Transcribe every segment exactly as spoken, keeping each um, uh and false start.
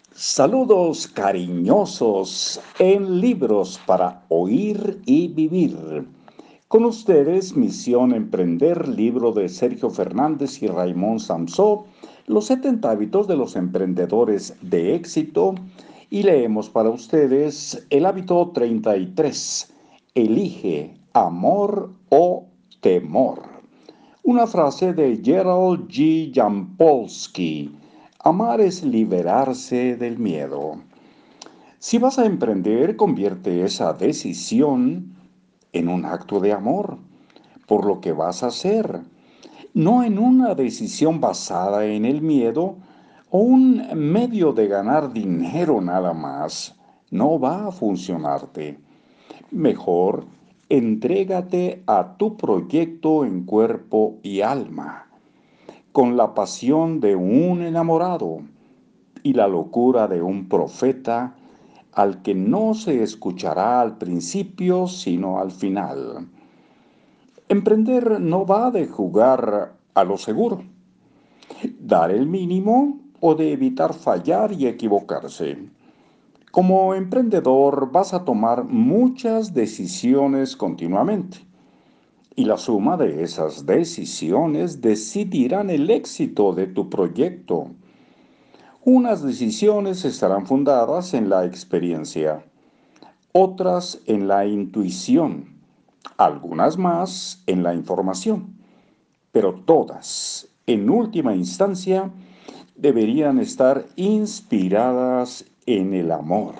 Saludos cariñosos en libros para oír y vivir. Con ustedes, Misión Emprender, libro de Sergio Fernández y Raymond Samsó, Los setenta hábitos de los emprendedores de éxito. Y leemos para ustedes el hábito treinta y tres. Elige amor o temor. Una frase de Gerald G. Jampolsky. Amar es liberarse del miedo. Si vas a emprender, convierte esa decisión en un acto de amor por lo que vas a hacer, no en una decisión basada en el miedo o un medio de ganar dinero nada más. No va a funcionarte. Mejor, entrégate a tu proyecto en cuerpo y alma, con la pasión de un enamorado y la locura de un profeta al que no se escuchará al principio sino al final. Emprender no va de jugar a lo seguro, dar el mínimo o de evitar fallar y equivocarse. Como emprendedor vas a tomar muchas decisiones continuamente y la suma de esas decisiones decidirán el éxito de tu proyecto. Unas decisiones estarán fundadas en la experiencia, otras en la intuición, algunas más en la información, pero todas, en última instancia, deberían estar inspiradas en el amor.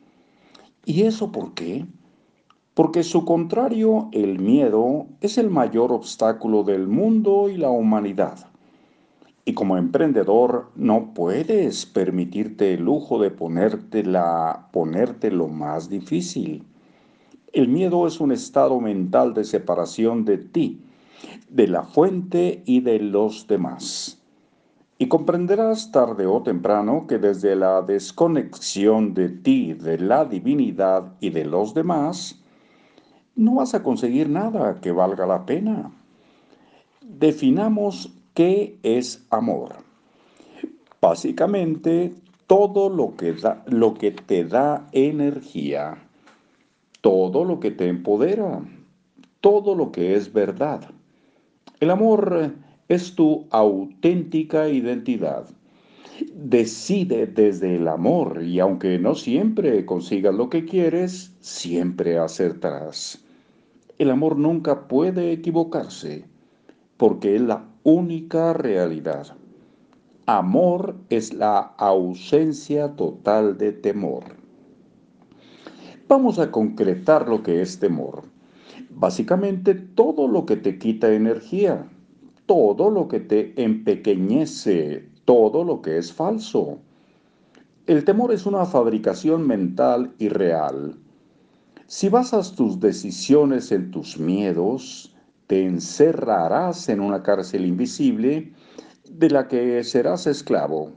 ¿Y eso por qué? Porque su contrario, el miedo, es el mayor obstáculo del mundo y la humanidad. Y como emprendedor no puedes permitirte el lujo de ponértela, ponerte lo más difícil. El miedo es un estado mental de separación de ti, de la fuente y de los demás. Y comprenderás tarde o temprano que desde la desconexión de ti, de la divinidad y de los demás, no vas a conseguir nada que valga la pena. Definamos qué es amor. Básicamente, todo lo que, da, lo que te da energía, todo lo que te empodera, todo lo que es verdad. El amor es tu auténtica identidad. Decide desde el amor y aunque no siempre consigas lo que quieres, siempre acertarás. El amor nunca puede equivocarse porque es la única realidad. Amor es la ausencia total de temor. Vamos a concretar lo que es temor. Básicamente todo lo que te quita energía, todo lo que te empequeñece, todo lo que es falso. El temor es una fabricación mental irreal. Si basas tus decisiones en tus miedos, te encerrarás en una cárcel invisible de la que serás esclavo.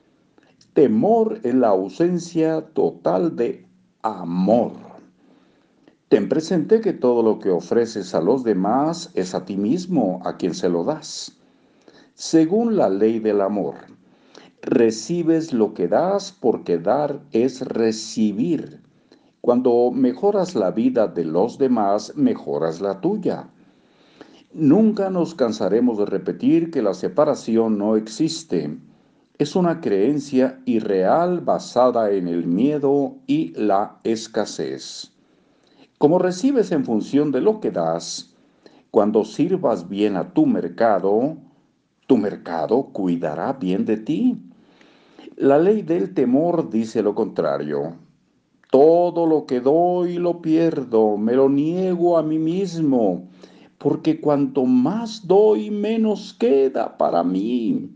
Temor es la ausencia total de amor. Ten presente que todo lo que ofreces a los demás es a ti mismo a quien se lo das. Según la ley del amor, recibes lo que das porque dar es recibir. Cuando mejoras la vida de los demás, mejoras la tuya. Nunca nos cansaremos de repetir que la separación no existe. Es una creencia irreal basada en el miedo y la escasez. Como recibes en función de lo que das, cuando sirvas bien a tu mercado, tu mercado cuidará bien de ti. La ley del temor dice lo contrario. Todo lo que doy lo pierdo, me lo niego a mí mismo, porque cuanto más doy, menos queda para mí.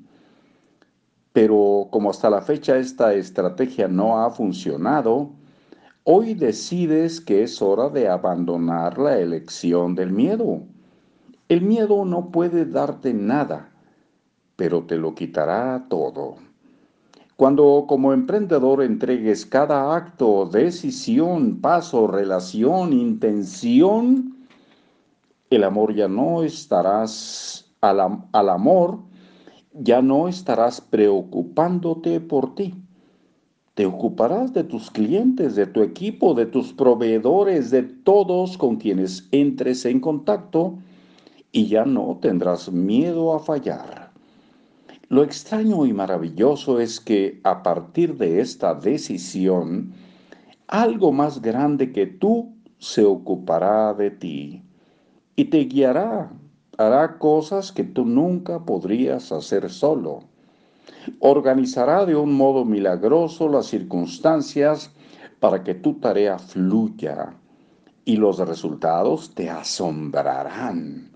Pero como hasta la fecha esta estrategia no ha funcionado, hoy decides que es hora de abandonar la elección del miedo. El miedo no puede darte nada, pero te lo quitará todo. Cuando como emprendedor entregues cada acto, decisión, paso, relación, intención, el amor ya no estarás al, am- al amor, ya no estarás preocupándote por ti. Te ocuparás de tus clientes, de tu equipo, de tus proveedores, de todos con quienes entres en contacto y ya no tendrás miedo a fallar. Lo extraño y maravilloso es que a partir de esta decisión, algo más grande que tú se ocupará de ti y te guiará, hará cosas que tú nunca podrías hacer solo. Organizará de un modo milagroso las circunstancias para que tu tarea fluya y los resultados te asombrarán.